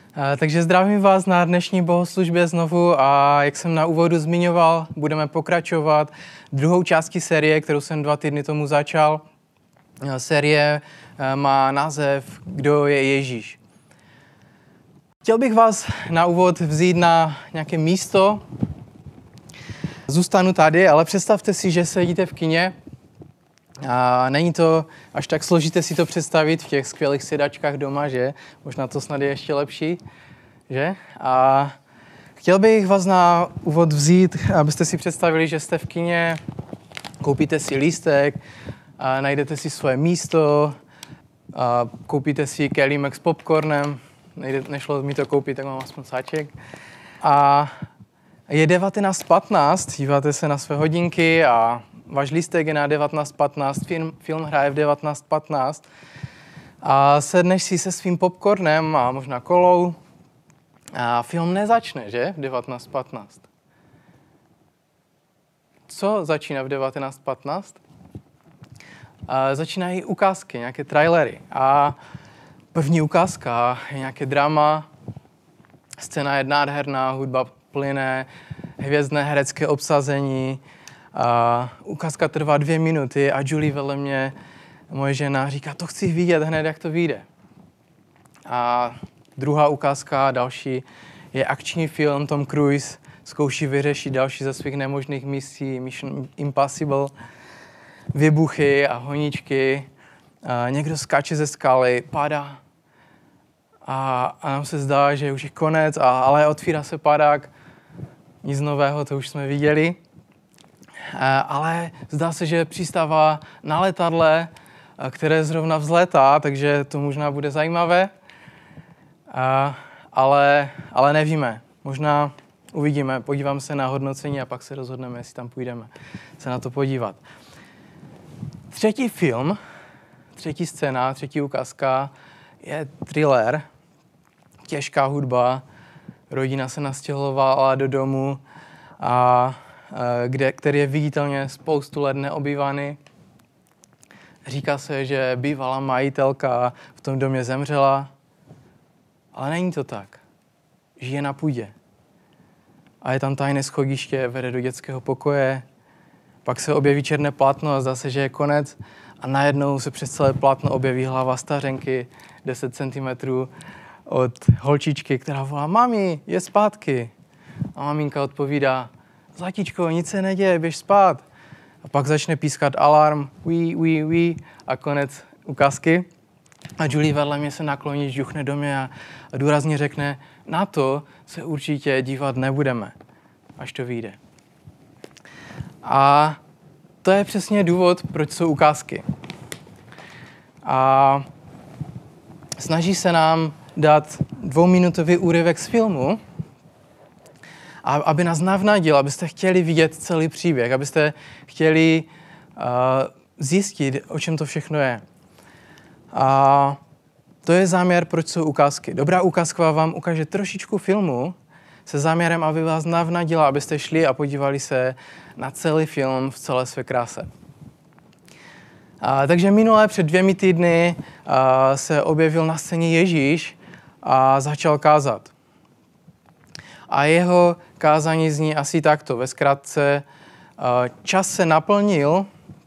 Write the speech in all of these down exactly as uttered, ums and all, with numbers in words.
Takže zdravím vás na dnešní bohoslužbě znovu a jak jsem na úvodu zmiňoval, budeme pokračovat druhou částí série, kterou jsem dva týdny tomu začal. Série má název Kdo je Ježíš. Chtěl bych vás na úvod vzít na nějaké místo. Zůstanu tady, ale představte si, že sedíte v kině. A není to až tak složité si to představit v těch skvělých sedačkách doma, že? Možná to snad je ještě lepší, že? A chtěl bych vás na úvod vzít, abyste si představili, že jste v kině, koupíte si lístek, a najdete si svoje místo, a koupíte si kelímek s popcornem, nejde, nešlo mi to koupit, tak mám aspoň sáček. A je devatenáct patnáct, díváte se na své hodinky a váš lístek je na devatenáct patnáct, film, film hraje v devatenáct patnáct a sedneš si se svým popcornem a možná kolou a film nezačne, že? V devatenáct patnáct. Co začíná v devatenáct patnáct? Začínají ukázky, nějaké trailery a první ukázka je nějaké drama, scéna je nádherná, hudba plyne, hvězdné herecké obsazení. A ukázka trvá dvě minuty a Julie vedle mě, moje žena, říká, to chci vidět hned, jak to vyjde. A druhá ukázka, další, je akční film, Tom Cruise zkouší vyřešit další ze svých nemožných misí, Mission Impossible, výbuchy a honičky. A někdo skáče ze skaly, padá a, a nám se zdá, že už je konec, a, ale otvírá se padák, nic nového, to už jsme viděli. Ale zdá se, že přistává na letadle, které zrovna vzlétá, takže to možná bude zajímavé, ale, ale nevíme. Možná uvidíme, podíváme se na hodnocení a pak se rozhodneme, jestli tam půjdeme se na to podívat. Třetí film, třetí scéna, třetí ukázka je thriller, těžká hudba, rodina se nastěhovala do domu a Kde, který je viditelně spoustu let neobývaný. Říká se, že bývalá majitelka v tom domě zemřela, ale není to tak. Žije na půdě. A je tam tajné schodiště, vede do dětského pokoje, pak se objeví černé plátno a zdá se, že je konec a najednou se přes celé plátno objeví hlava stařenky deset centimetrů od holčičky, která volá, mami, je zpátky. A maminka odpovídá, Zlatičko, nic se neděje, běž spát. A pak začne pískat alarm, ví, ví, ví, a konec ukázky. A Julie vedle mě se nakloní, žuchne do mě a, a důrazně řekne, na to se určitě dívat nebudeme, až to vyjde. A to je přesně důvod, proč jsou ukázky. A snaží se nám dát dvouminutový úryvek z filmu, a aby nás navnadil, abyste chtěli vidět celý příběh, abyste chtěli uh, zjistit, o čem to všechno je. A to je záměr, proč jsou ukázky. Dobrá ukázka vám ukáže trošičku filmu se záměrem, aby vás navnadila, abyste šli a podívali se na celý film v celé své kráse. A, takže minulé před dvěmi týdny a, se objevil na scéně Ježíš a začal kázat. A jeho kázání zní asi takto. Ve zkratce, čas se naplnil,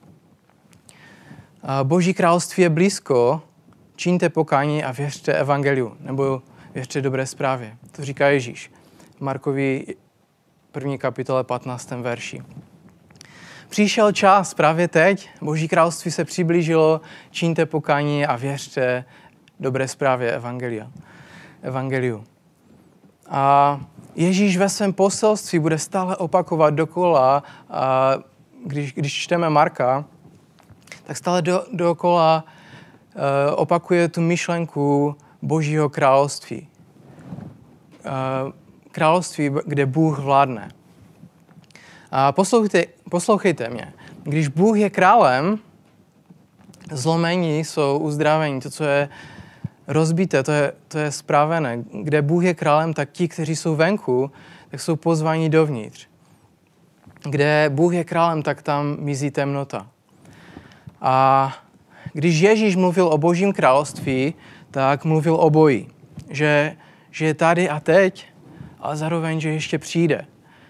Boží království je blízko, čiňte pokání a věřte evangeliu, nebo věřte dobré zprávě. To říká Ježíš v Markovi první kapitole patnáctém verši. Přišel čas právě teď, Boží království se přiblížilo, čiňte pokání a věřte dobré zprávě evangelia. evangeliu. A Ježíš ve svém poselství bude stále opakovat dokola, a když, když čteme Marka, tak stále do, dokola uh, opakuje tu myšlenku Božího království. Uh, království, kde Bůh vládne. A poslouchejte, poslouchejte mě. Když Bůh je králem, zlomení jsou uzdravení. To, co je rozbité, to je, to je spravené. Kde Bůh je králem, tak ti, kteří jsou venku, tak jsou pozvaní dovnitř. Kde Bůh je králem, tak tam mizí temnota. A když Ježíš mluvil o Božím království, tak mluvil o boji. Že, že je tady a teď, ale zároveň, že ještě přijde.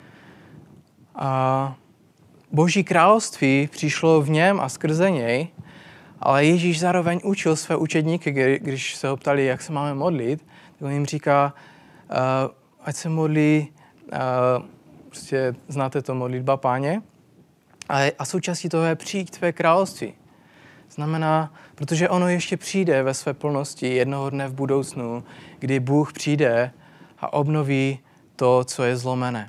A Boží království přišlo v něm a skrze něj, ale Ježíš zároveň učil své učedníky, když se ho ptali, jak se máme modlit, tak on jim říká, uh, ať se modlí, uh, prostě znáte to, modlitba Páně, a, a součástí toho je přijít tvé království. Znamená, protože ono ještě přijde ve své plnosti jednoho dne v budoucnu, kdy Bůh přijde a obnoví to, co je zlomené.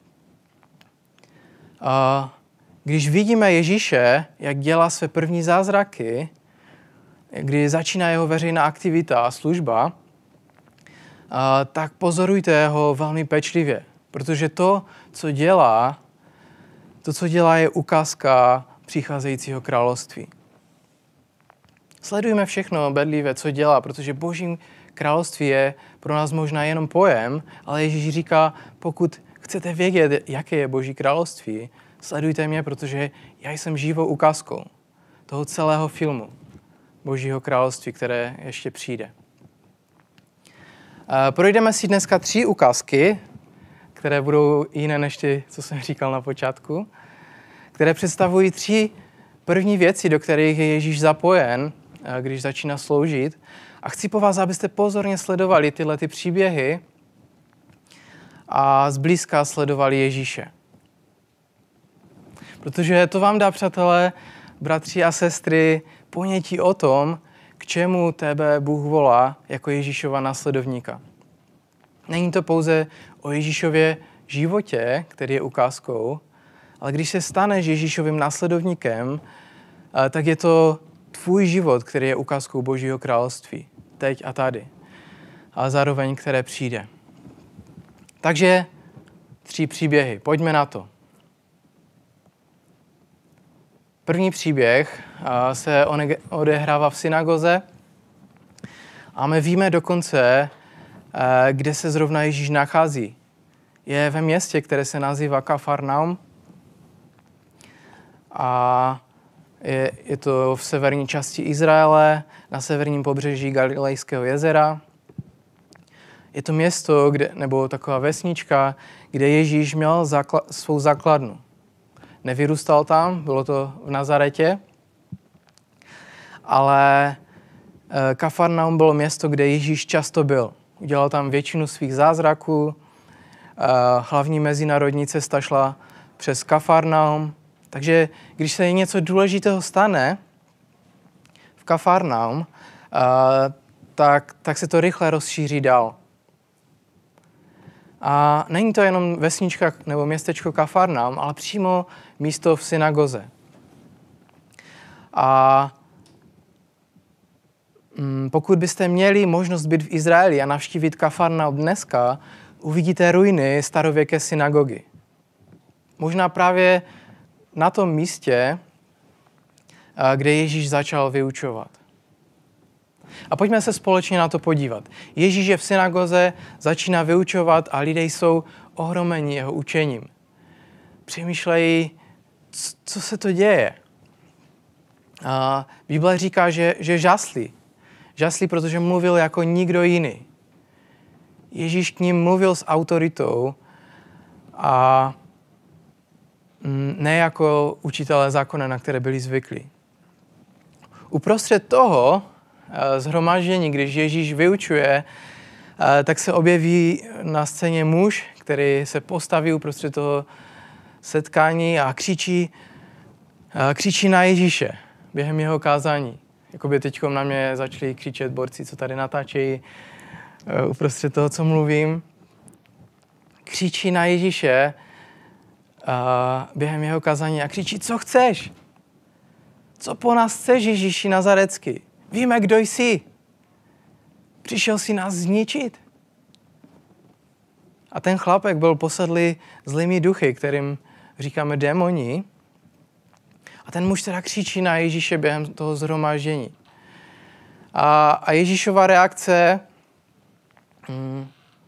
A když vidíme Ježíše, jak dělá své první zázraky, kdy začíná jeho veřejná aktivita a služba, a tak pozorujte ho velmi pečlivě, protože to, co dělá, to, co dělá, je ukázka přicházejícího království. Sledujme všechno bedlivě, co dělá, protože Boží království je pro nás možná jenom pojem, ale Ježíš říká, pokud chcete vědět, jaké je Boží království, sledujte mě, protože já jsem živou ukázkou toho celého filmu Božího království, které ještě přijde. Projdeme si dneska tři ukázky, které budou jiné než ty, co jsem říkal na počátku, které představují tři první věci, do kterých je Ježíš zapojen, když začíná sloužit. A chci po vás, abyste pozorně sledovali tyhle ty příběhy a zblízka sledovali Ježíše. Protože to vám dá, přátelé, bratři a sestry, ponětí o tom, k čemu tebe Bůh volá jako Ježíšova následovníka. Není to pouze o Ježíšově životě, který je ukázkou, ale když se staneš Ježíšovým následovníkem, tak je to tvůj život, který je ukázkou Božího království. Teď a tady. A zároveň, které přijde. Takže tři příběhy. Pojďme na to. První příběh se odehrává v synagoze a my víme dokonce, kde se zrovna Ježíš nachází. Je ve městě, které se nazývá Kafarnaum a je, je to v severní části Izraele, na severním pobřeží Galilejského jezera. Je to město, kde, nebo taková vesnička, kde Ježíš měl zákla, svou základnu. Nevyrůstal tam, bylo to v Nazaretě, ale Kafarnaum bylo město, kde Ježíš často byl. Udělal tam většinu svých zázraků, hlavní mezinárodní cesta šla přes Kafarnaum, takže když se něco důležitého stane v Kafarnaum, tak, tak se to rychle rozšíří dál. A není to jenom vesnička nebo městečko Kafarnaum, ale přímo místo v synagoze. A pokud byste měli možnost být v Izraeli a navštívit Kafarnaum dneska, uvidíte ruiny starověké synagogy. Možná právě na tom místě, kde Ježíš začal vyučovat. A pojďme se společně na to podívat. Ježíš je v synagoze, začíná vyučovat a lidé jsou ohromeni jeho učením. Přemýšlejí, co se to děje. A Bible říká, že, že žasli. Žasli, protože mluvil jako nikdo jiný. Ježíš k ním mluvil s autoritou a ne jako učitelé zákona, na které byli zvyklí. Uprostřed toho shromáždění, když Ježíš vyučuje, tak se objeví na scéně muž, který se postaví uprostřed toho setkání a křičí, křičí na Ježíše během jeho kázání. Jakoby teďkom na mě začali křičet borci, co tady natáčejí uprostřed toho, co mluvím. Křičí na Ježíše během jeho kázání a křičí, co chceš? Co po nás chceš, Ježíši Nazarecký? Víme, kdo jsi. Přišel si nás zničit. A ten chlapek byl posedlý zlými duchy, kterým říkáme démoni. A ten muž teda křičí na Ježíše během toho shromáždění. A, a Ježíšova reakce, hmm,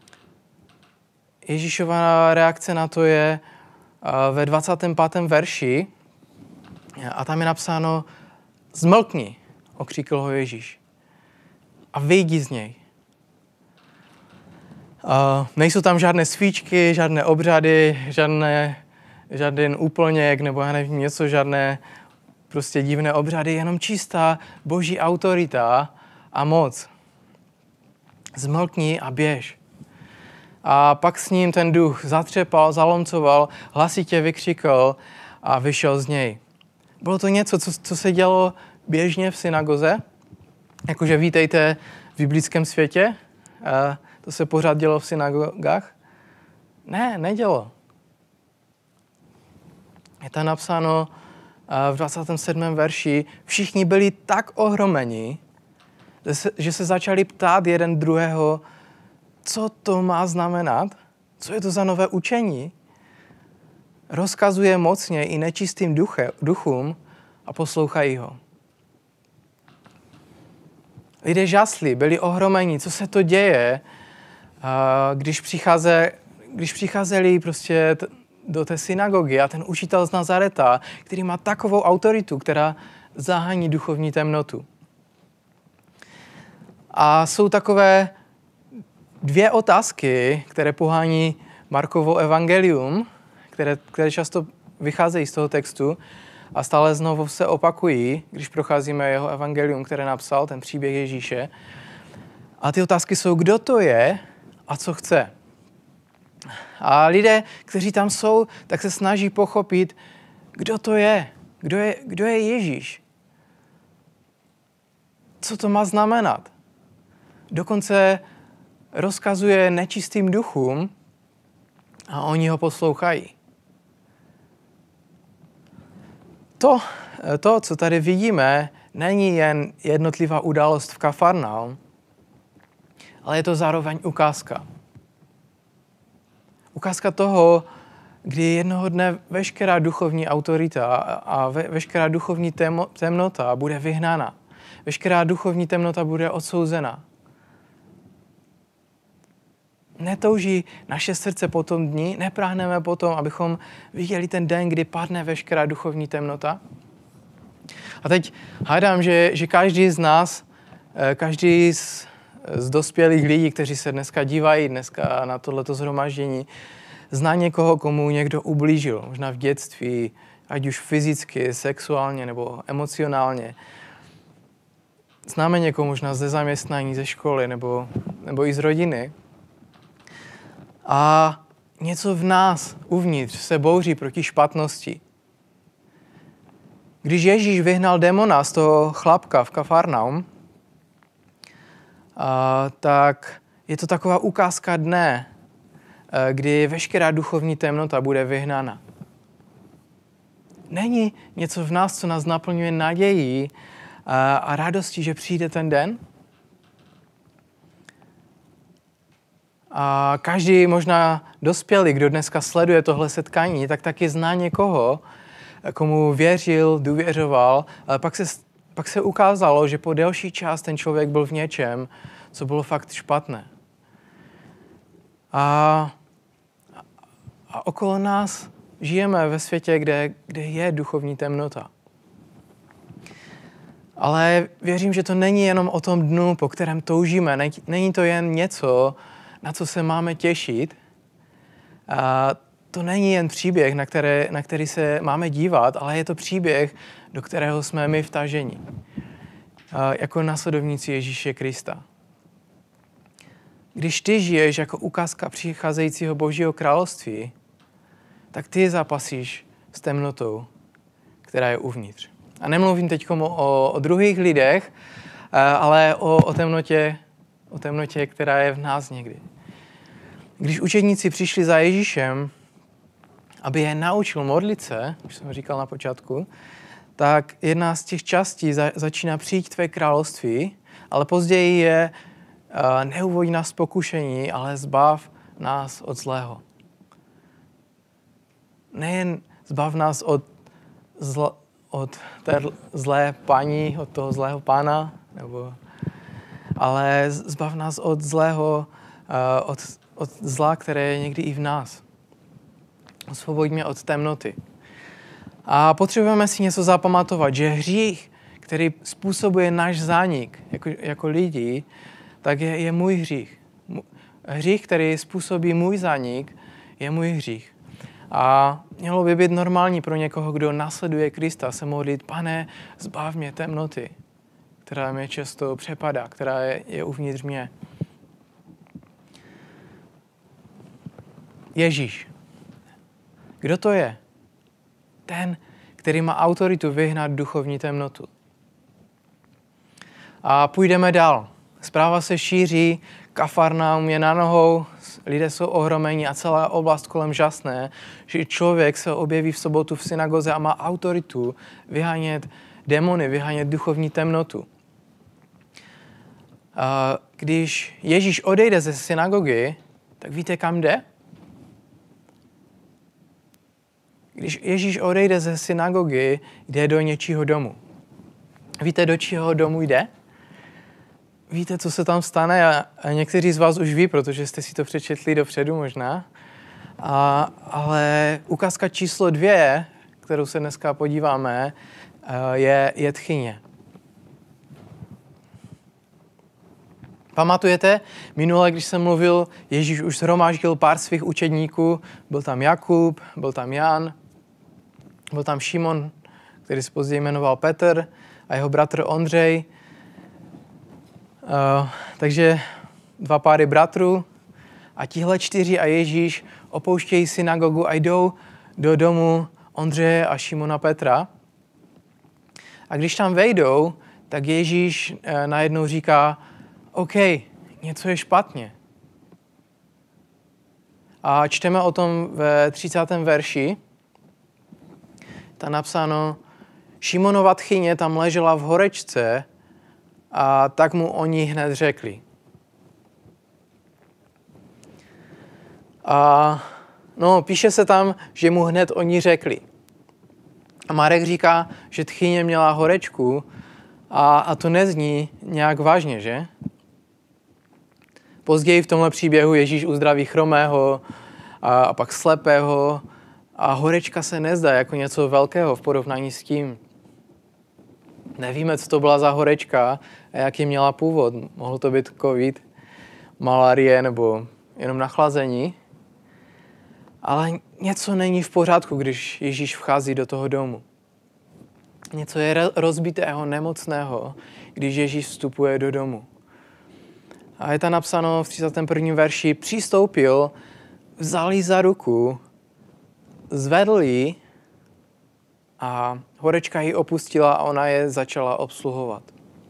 Ježíšova reakce na to je uh, ve dvacátém pátém verši a tam je napsáno zmlkni, okřikl ho Ježíš. A vyjdi z něj. Uh, nejsou tam žádné svíčky, žádné obřady, žádné, žádný úplněk nebo já nevím něco, žádné prostě divné obřady, jenom čistá boží autorita a moc. Zmlkni a běž. A pak s ním ten duch zatřepal, zalomcoval, hlasitě vykřikl a vyšel z něj. Bylo to něco, co, co se dělo běžně v synagoze, jakože vítejte v biblickém světě. Uh, to se pořád dělo v synagogách. Ne, nedělo. Je tam napsáno uh, v dvacátém sedmém verši, všichni byli tak ohromeni, že se, že se začali ptát jeden druhého, co to má znamenat, co je to za nové učení. Rozkazuje mocně i nečistým duche, duchům a poslouchají ho. Lidé žasli, byli ohromeni, co se to děje, když, přicháze, když přicházeli prostě t- do té synagogy a ten učitel z Nazareta, který má takovou autoritu, která zahání duchovní temnotu. A jsou takové dvě otázky, které pohání Markovo evangelium, které, které často vycházejí z toho textu a stále znovu se opakují, když procházíme jeho evangelium, které napsal, ten příběh Ježíše. A ty otázky jsou, kdo to je a co chce. A lidé, kteří tam jsou, tak se snaží pochopit, kdo to je, kdo je, kdo je Ježíš. Co to má znamenat? Dokonce rozkazuje nečistým duchům a oni ho poslouchají. To, to, co tady vidíme, není jen jednotlivá událost v Kafarnaum, ale je to zároveň ukázka. Ukázka toho, kdy jednoho dne veškerá duchovní autorita a ve, veškerá duchovní témo, temnota bude vyhnána. Veškerá duchovní temnota bude odsouzena. Netouží naše srdce po tom dni, nepráhneme po tom, abychom viděli ten den, kdy padne veškerá duchovní temnota. A teď hádám, že, že každý z nás, každý z, z dospělých lidí, kteří se dneska dívají dneska na tohleto shromaždění, zná někoho, komu někdo ublížil, možná v dětství, ať už fyzicky, sexuálně nebo emocionálně. Známe někoho možná ze zaměstnání, ze školy nebo, nebo i z rodiny. A něco v nás uvnitř se bouří proti špatnosti. Když Ježíš vyhnal démona z toho chlapka v Kafarnaum, a, tak je to taková ukázka dne, kdy veškerá duchovní temnota bude vyhnána. Není něco v nás, co nás naplňuje nadějí a, a radostí, že přijde ten den? A každý možná dospělý, kdo dneska sleduje tohle setkání, tak taky zná někoho, komu věřil, důvěřoval, ale pak se, pak se ukázalo, že po delší čas ten člověk byl v něčem, co bylo fakt špatné. A, a okolo nás žijeme ve světě, kde, kde je duchovní temnota. Ale věřím, že to není jenom o tom dnu, po kterém toužíme. Není to jen něco, na co se máme těšit. A to není jen příběh, na, které, na který se máme dívat, ale je to příběh, do kterého jsme my vtaženi. A jako následovníci Ježíše Krista. Když ty žiješ jako ukázka přicházejícího Božího království, tak ty zápasíš s temnotou, která je uvnitř. A nemluvím teď o, o druhých lidech, ale o, o temnotě, o temnotě, která je v nás někdy. Když učedníci přišli za Ježíšem, aby je naučil modlit se, už jsem říkal na počátku, tak jedna z těch částí za, začíná přijít tvé království, ale později je uh, neuvoď nás pokušení, ale zbav nás od zlého. Nejen zbav nás od, zla, od té zlé paní, od toho zlého pána, nebo, ale zbav nás od zlého, uh, od, od zla, které je někdy i v nás. Osvoboď mě od temnoty. A potřebujeme si něco zapamatovat, že hřích, který způsobuje náš zánik jako, jako lidi, tak je, je můj hřích. hřích, který způsobí můj zánik, je můj hřích. A mělo by být normální pro někoho, kdo následuje Krista, se modlit, Pane, zbav mě temnoty, která mě často přepadá, která je, je uvnitř mě. Ježíš. Kdo to je? Ten, který má autoritu vyhnat duchovní temnotu. A půjdeme dál. Zpráva se šíří, Kafarnaum je na nohou, lidé jsou ohromeni a celá oblast kolem žasné, že člověk se objeví v sobotu v synagoze a má autoritu vyhánět démony, vyhánět duchovní temnotu. A když Ježíš odejde ze synagogy, tak víte, kam jde? Když Ježíš odejde ze synagogy, jde do něčího domu. Víte, do čího domu jde? Víte, co se tam stane? A, a někteří z vás už ví, protože jste si to přečetli dopředu možná. A, ale ukázka číslo dvě, kterou se dneska podíváme, je, je tchyně. Pamatujete? Minule, když jsem mluvil, Ježíš už shromáždil pár svých učedníků. Byl tam Jakub, byl tam Jan, byl tam Šimon, který se později jmenoval Petr, a jeho bratr Ondřej. Uh, takže dva páry bratrů a tihle čtyři a Ježíš opouštějí synagogu a jdou do domu Ondřeje a Šimona Petra. A když tam vejdou, tak Ježíš uh, najednou říká, OK, něco je špatně. A čteme o tom ve třicátém verši. Tam napsáno, Šimonova tchyně tam ležela v horečce a tak mu oni hned řekli. A no, píše se tam, že mu hned oni řekli. A Marek říká, že tchyně měla horečku a, a to nezní nějak vážně, že? Později v tomhle příběhu Ježíš uzdraví chromého a, a pak slepého a horečka se nezdá jako něco velkého v porovnání s tím. Nevíme, co to byla za horečka a jaký měla původ. Mohlo to být covid, malárie nebo jenom nachlazení. Ale něco není v pořádku, když Ježíš vchází do toho domu. Něco je rozbitého, nemocného, když Ježíš vstupuje do domu. A je tam napsáno v třicátém prvním verši, přistoupil, vzal ji za ruku, zvedl ji a horečka ji opustila a ona je začala obsluhovat.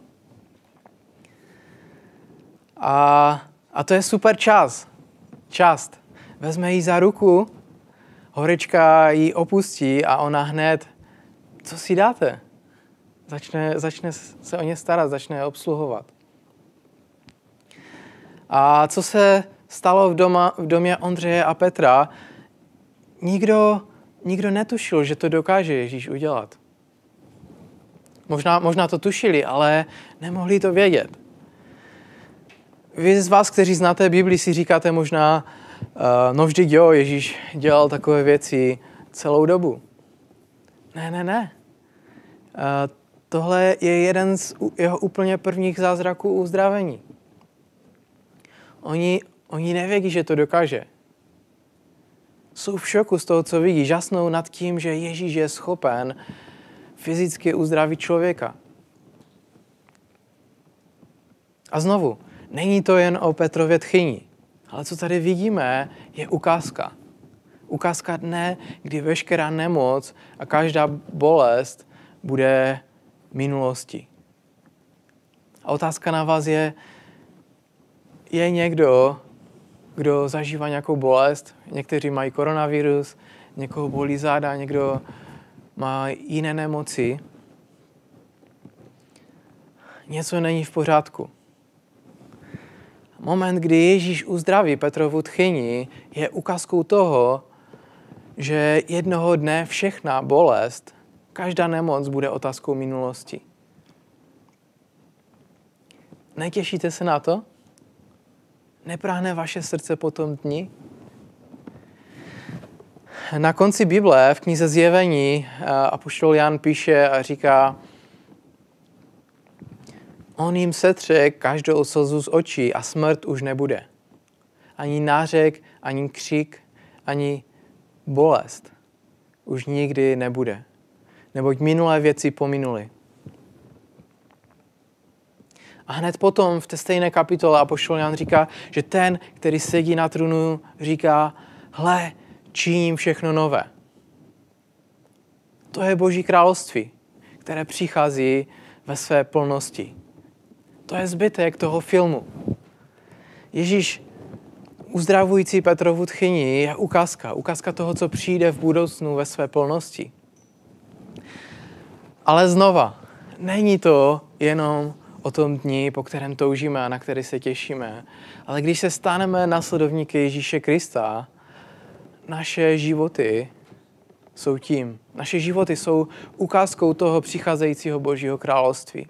A, a to je super čas. Čast. Vezme ji za ruku, horečka ji opustí a ona hned, co si dáte? Začne, začne se o ně starat, začne je obsluhovat. A co se stalo v, doma, v domě Ondřeje a Petra, nikdo, nikdo netušil, že to dokáže Ježíš udělat. Možná, možná to tušili, ale nemohli to vědět. Vy z vás, kteří znáte Bibli, si říkáte možná, uh, no vždyť jo, Ježíš dělal takové věci celou dobu. Ne, ne, ne. Uh, tohle je jeden z jeho úplně prvních zázraků uzdravení. Oni, oni nevědí, že to dokáže. Jsou v šoku z toho, co vidí. Žasnou nad tím, že Ježíš je schopen fyzicky uzdravit člověka. A znovu, není to jen o Petrově tchyni, ale co tady vidíme, je ukázka. Ukázka dne, kdy veškerá nemoc a každá bolest bude minulostí. A otázka na vás je, je někdo, kdo zažívá nějakou bolest, někteří mají koronavirus, někoho bolí záda, někdo má jiné nemoci. Něco není v pořádku. Moment, kdy Ježíš uzdraví Petrovu tchyni, je ukázkou toho, že jednoho dne všechna bolest, každá nemoc bude otázkou minulosti. Netěšíte se na to? Nepráhne vaše srdce po tom dni? Na konci Bible v knize Zjevení apoštol Jan píše a říká, on jim setře každou slzu z očí a smrt už nebude. ani nářek, ani křik, ani bolest už nikdy nebude. Neboť minulé věci pominuly. A hned potom v té stejné kapitole apoštol Jan říká, že ten, který sedí na trůnu, říká, hle, činím všechno nové. To je Boží království, které přichází ve své plnosti. To je zbytek toho filmu. Ježíš uzdravující Petrovu tchyni je ukázka. Ukázka toho, co přijde v budoucnu ve své plnosti. Ale znova, není to jenom o tom dni, po kterém toužíme a na který se těšíme. Ale když se staneme následovníky Ježíše Krista, naše životy jsou tím. Naše životy jsou ukázkou toho přicházejícího Božího království.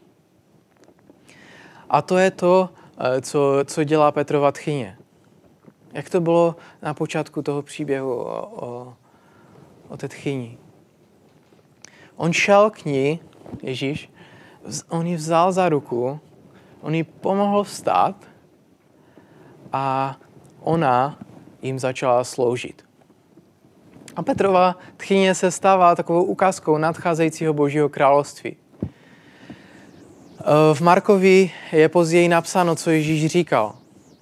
A to je to, co, co dělá Petrova tchyně. Jak to bylo na počátku toho příběhu o, o, o té tchyni. On šel k ní, Ježíš, on ji vzal za ruku, on jí pomohl vstát a ona jim začala sloužit. A Petrova tchyně se stává takovou ukázkou nadcházejícího Božího království. V Markovi je později napsáno, co Ježíš říkal.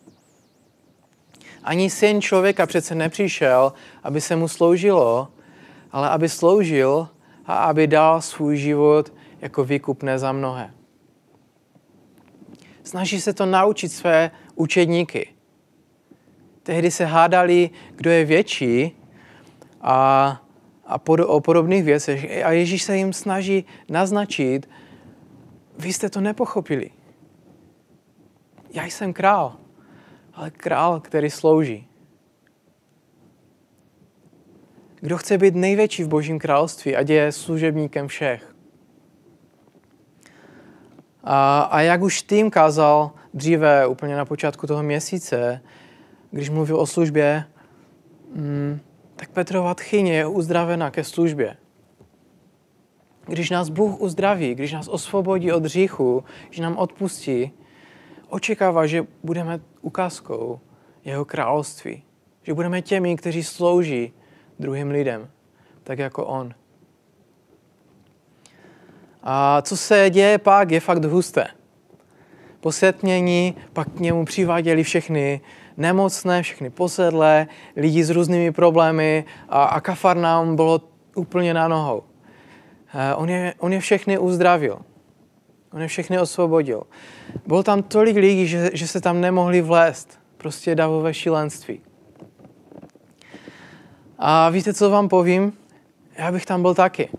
Ani syn člověka přece nepřišel, aby se mu sloužilo, ale aby sloužil a aby dal svůj život jako výkupné za mnohé. Snaží se to naučit své učedníky. Tehdy se hádali, kdo je větší a, a pod, o podobných věcech. A Ježíš se jim snaží naznačit, vy jste to nepochopili. Já jsem král, ale král, který slouží. Kdo chce být největší v Božím království, ať je služebníkem všech. A, a jak už tým kázal dříve, úplně na počátku toho měsíce, když mluvil o službě, mm, tak Petrova tchyně je uzdravena ke službě. Když nás Bůh uzdraví, když nás osvobodí od hříchu, když nám odpustí, očekává, že budeme ukázkou jeho království. Že budeme těmi, kteří slouží druhým lidem, tak jako on. A co se děje pak, je fakt husté. Po setmění pak k němu přiváděli všechny nemocné, všechny posedlé, lidi s různými problémy a, a Kafarnaum bylo úplně na nohou. On je, on je všechny uzdravil. On je všechny osvobodil. Bylo tam tolik lidí, že, že se tam nemohli vlézt. Prostě davové šílenství. A víte, co vám povím? Já bych tam byl taky.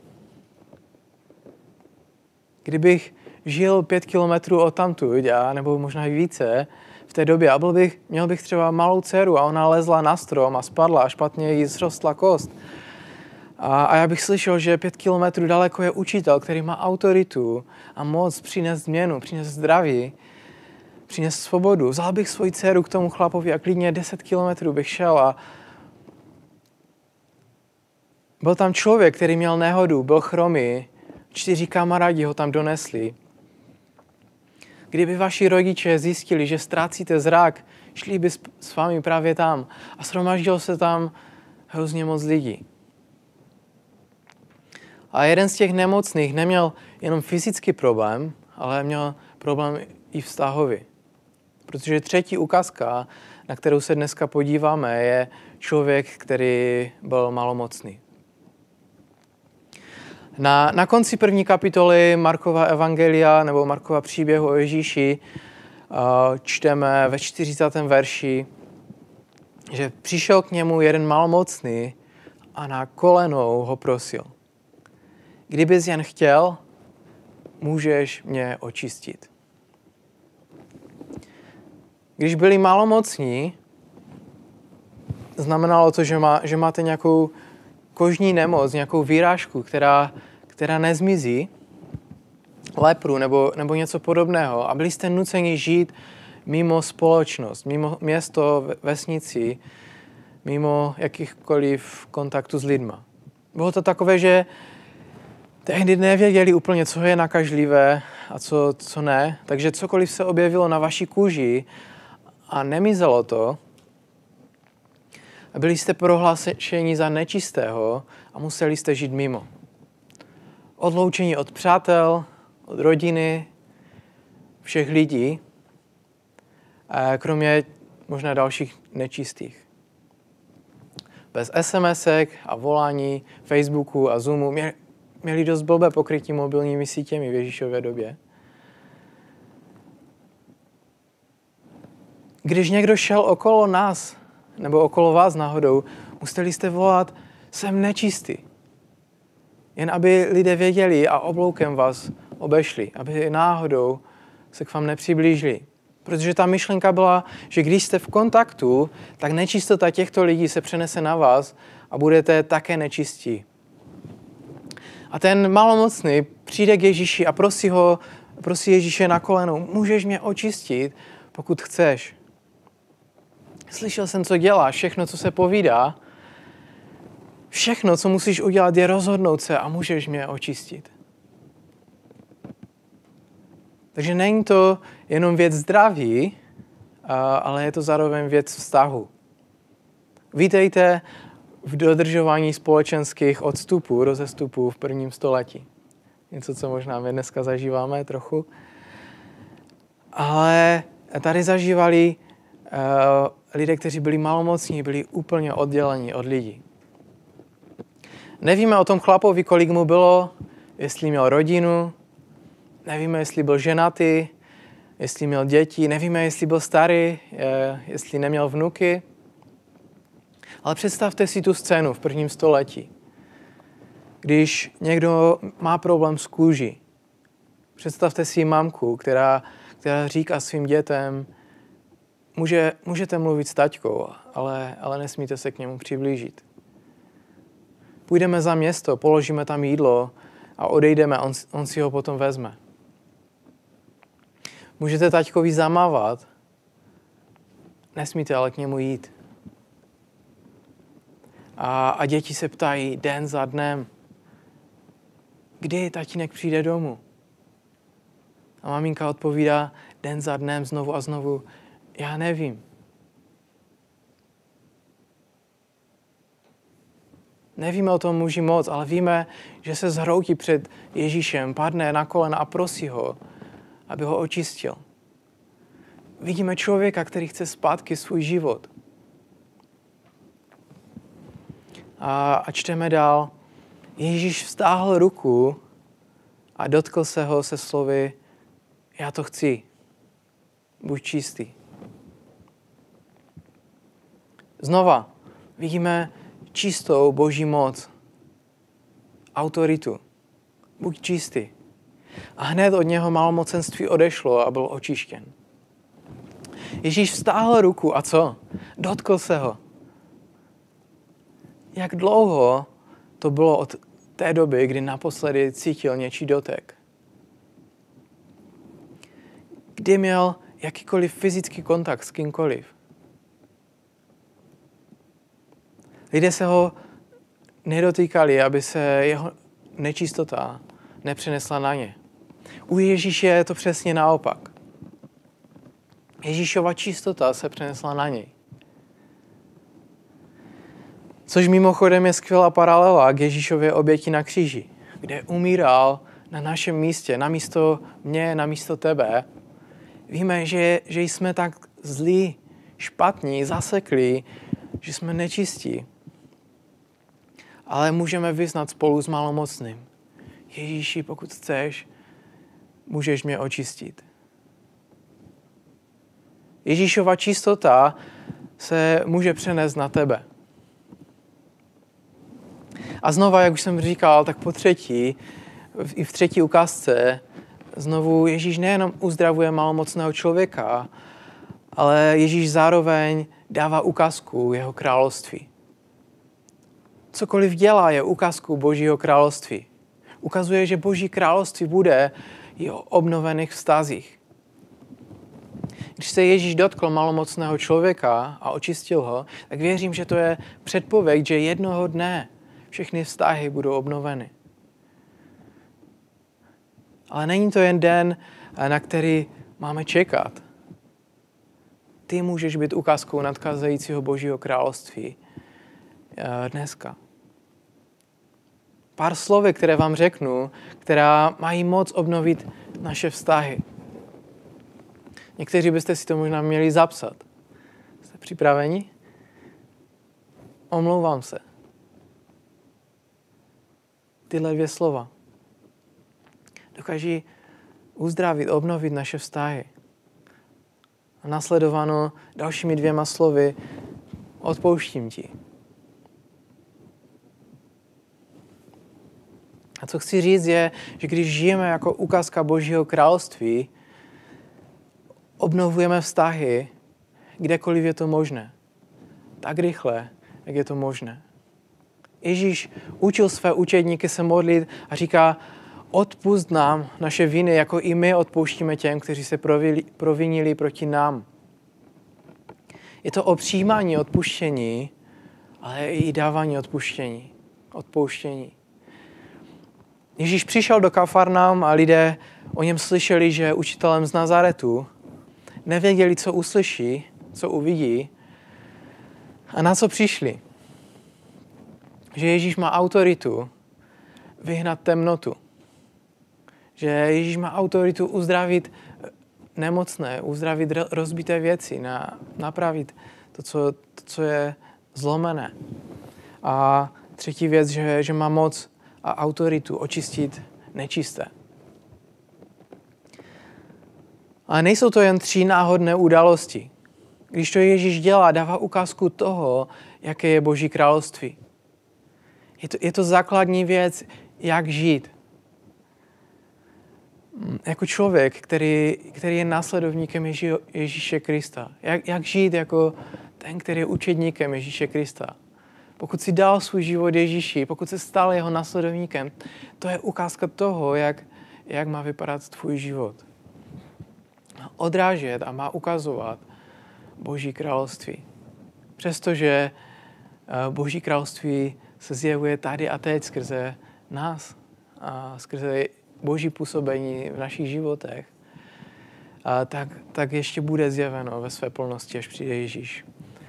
Kdybych žil pět kilometrů odtamtud, nebo možná i více, v té době, a byl bych, měl bych třeba malou dceru a ona lezla na strom a spadla a špatně jí zrostla kost. A, a já bych slyšel, že pět kilometrů daleko je učitel, který má autoritu a moc přinést změnu, přinést zdraví, přinést svobodu. Vzal bych svoji dceru k tomu chlapovi a klidně deset kilometrů bych šel a byl tam člověk, který měl nehodu, byl chromý, čtyři kamarádi ho tam donesli. Kdyby vaši rodiče zjistili, že ztrácíte zrak, šli by s vámi právě tam a shromaždilo se tam hrozně moc lidí. A jeden z těch nemocných neměl jenom fyzický problém, ale měl problém i vztahový. Protože třetí ukázka, na kterou se dneska podíváme, je člověk, který byl malomocný. Na, na konci první kapitoly Markova evangelia nebo Markova příběhu o Ježíši uh, čteme ve čtyřicátém verši, že přišel k němu jeden malomocný a na kolenou ho prosil. Kdybys jen chtěl, můžeš mě očistit. Když byli malomocní, znamenalo to, že, má, že máte nějakou kožní nemoc, nějakou výrážku, která, která nezmizí, lepru nebo, nebo něco podobného. A byli jste nuceni žít mimo společnost, mimo město, vesnici, mimo jakýchkoliv kontaktů s lidma. Bylo to takové, že tehdy nevěděli úplně, co je nakažlivé a co, co ne. Takže cokoliv se objevilo na vaší kůži a nemizelo to, Byli jste prohlášeni za nečistého a museli jste žít mimo. Odloučení od přátel, od rodiny, všech lidí, kromě možná dalších nečistých. Bez SMSek a volání, Facebooku a Zoomu měli dost blbé pokrytí mobilními sítěmi v Ježíšově době. Když někdo šel okolo nás, nebo okolo vás náhodou, museli jste volat, jsem nečistý. Jen aby lidé věděli a obloukem vás obešli, aby náhodou se k vám nepřiblížili. Protože ta myšlenka byla, že když jste v kontaktu, tak nečistota těchto lidí se přenese na vás a budete také nečistí. A ten malomocný přijde k Ježíši a prosí ho, prosí Ježíše na kolenou, můžeš mě očistit, pokud chceš. Slyšel jsem, co děláš, všechno, co se povídá. Všechno, co musíš udělat, je rozhodnout se a můžeš mě očistit. Takže není to jenom věc zdraví, ale je to zároveň věc vztahu. Vítejte v dodržování společenských odstupů, rozestupů v prvním století. Něco, co možná my dneska zažíváme trochu. Ale tady zažívali uh, lidé, kteří byli malomocní, byli úplně odděleni od lidí. Nevíme o tom chlapovi, kolik mu bylo, jestli měl rodinu, nevíme, jestli byl ženatý, jestli měl děti, nevíme, jestli byl starý, jestli neměl vnuky. Ale představte si tu scénu v prvním století. Když někdo má problém s kůží, představte si mamku, která, která říká svým dětem, Může, můžete mluvit s taťkou, ale, ale nesmíte se k němu přiblížit. Půjdeme za město, položíme tam jídlo a odejdeme, on, on si ho potom vezme. Můžete taťkovi zamávat, nesmíte ale k němu jít. A, a děti se ptají den za dnem, kdy tatínek přijde domů. A maminka odpovídá den za dnem znovu a znovu, já nevím. Nevíme o tom muži moc, ale víme, že se zhroutí před Ježíšem, padne na kolena a prosí ho, aby ho očistil. Vidíme člověka, který chce zpátky svůj život. A, a čteme dál. Ježíš vztáhl ruku a dotkl se ho se slovy, já to chci, buď čistý. Znova vidíme čistou Boží moc, autoritu. Buď čistý. A hned od něho malomocenství odešlo a byl očištěn. Ježíš vztáhl ruku a co? Dotkl se ho. Jak dlouho to bylo od té doby, kdy naposledy cítil něčí dotek? Kdy měl jakýkoliv fyzický kontakt s kýmkoliv? Lidé se ho nedotýkali, aby se jeho nečistota nepřenesla na ně. U Ježíše je to přesně naopak. Ježíšova čistota se přenesla na něj. Což mimochodem je skvělá paralela k Ježíšově oběti na kříži, kde umíral na našem místě, na místo mě, na místo tebe. Víme, že, že jsme tak zlí, špatní, zaseklí, že jsme nečistí. Ale můžeme vyznat spolu s malomocným. Ježíši, pokud chceš, můžeš mě očistit. Ježíšova čistota se může přenést na tebe. A znova, jak už jsem říkal, tak po třetí, i v třetí ukázce, znovu Ježíš nejenom uzdravuje malomocného člověka, ale Ježíš zároveň dává ukázku jeho království. Cokoliv dělá, je ukázkou Božího království. Ukazuje, že Boží království bude i o obnovených vztazích. Když se Ježíš dotkl malomocného člověka a očistil ho, tak věřím, že to je předpověď, že jednoho dne všechny vztahy budou obnoveny. Ale není to jen den, na který máme čekat. ty můžeš být ukázkou nadcházejícího Božího království dneska. Pár slovy, které vám řeknu, která mají moc obnovit naše vztahy. Někteří byste si to možná měli zapsat. Jste připraveni? Omlouvám se. Tyhle dvě slova dokáží uzdravit, obnovit naše vztahy. A následováno dalšími dvěma slovy odpouštím ti. A co chci říct je, že když žijeme jako ukázka Božího království, obnovujeme vztahy, kdekoliv je to možné. Tak rychle, jak je to možné. Ježíš učil své učedníky se modlit a říká, odpusť nám naše viny, jako i my odpouštíme těm, kteří se provinili proti nám. Je to o přijímání odpuštění, ale i dávání odpuštění, odpouštění. Ježíš přišel do Kafarnaum a lidé o něm slyšeli, že je učitelem z Nazaretu. Nevěděli, co uslyší, co uvidí a na co přišli. Že Ježíš má autoritu vyhnat temnotu. Že Ježíš má autoritu uzdravit nemocné, uzdravit rozbité věci, na, napravit to co, to, co je zlomené. A třetí věc, že, že má moc a autoritu očistit nečisté. Ale nejsou to jen tři náhodné události. Když to Ježíš dělá, dává ukázku toho, jaké je Boží království. Je to, je to základní věc, jak žít. Jako člověk, který, který je následovníkem Ježí, Ježíše Krista. Jak, jak žít jako ten, který je učedníkem Ježíše Krista. Pokud si dal svůj život Ježíši, pokud se stal jeho následovníkem, to je ukázka toho, jak, jak má vypadat tvůj život. Odrážet a má ukazovat Boží království. Přestože Boží království se zjevuje tady a teď skrze nás a skrze Boží působení v našich životech, a tak, tak ještě bude zjeveno ve své plnosti, až přijde Ježíš.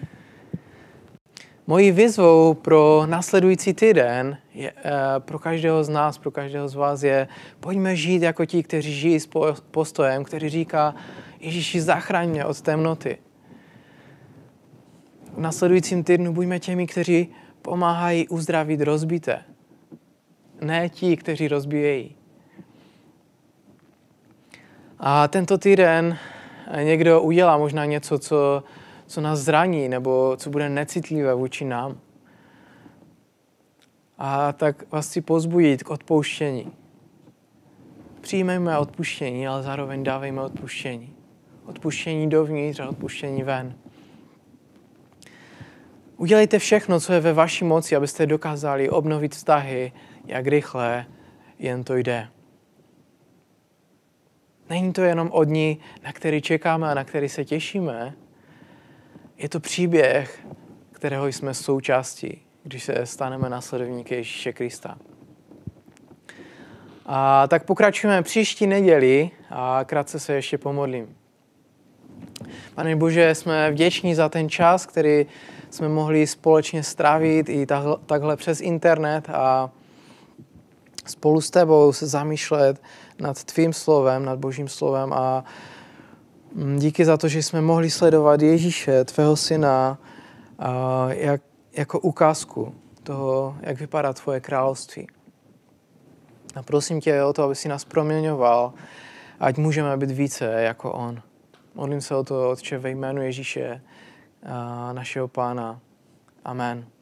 Mojí výzvou pro následující týden je, pro každého z nás, pro každého z vás je, pojďme žít jako ti, kteří žijí s postojem, který říká, Ježíši, zachraň mě od temnoty. V následujícím týdnu buďme těmi, kteří pomáhají uzdravit rozbité. Ne ti, kteří rozbíjejí. A tento týden někdo udělá možná něco, co, co nás zraní, nebo co bude necitlivé vůči nám. A tak vás chci povzbudit k odpouštění. Přijmejme odpuštění, ale zároveň dávejme odpuštění. Odpuštění dovnitř a odpuštění ven. Udělejte všechno, co je ve vaší moci, abyste dokázali obnovit vztahy, jak rychle jen to jde. Není to jenom o dní, na který čekáme a na který se těšíme. Je to příběh, kterého jsme součástí, když se staneme následovníky Ježíše Krista. A tak pokračujeme příští neděli a krátce se ještě pomodlím. Pane Bože, jsme vděční za ten čas, který jsme mohli společně strávit i takhle, takhle přes internet a spolu s tebou se zamýšlet nad tvým slovem, nad Božím slovem a díky za to, že jsme mohli sledovat Ježíše, tvého syna, jak, jako ukázku toho, jak vypadá tvoje království. A prosím tě o to, aby si nás proměňoval, ať můžeme být více jako on. Modlím se o to, Otče, ve jménu Ježíše, našeho Pána. Amen.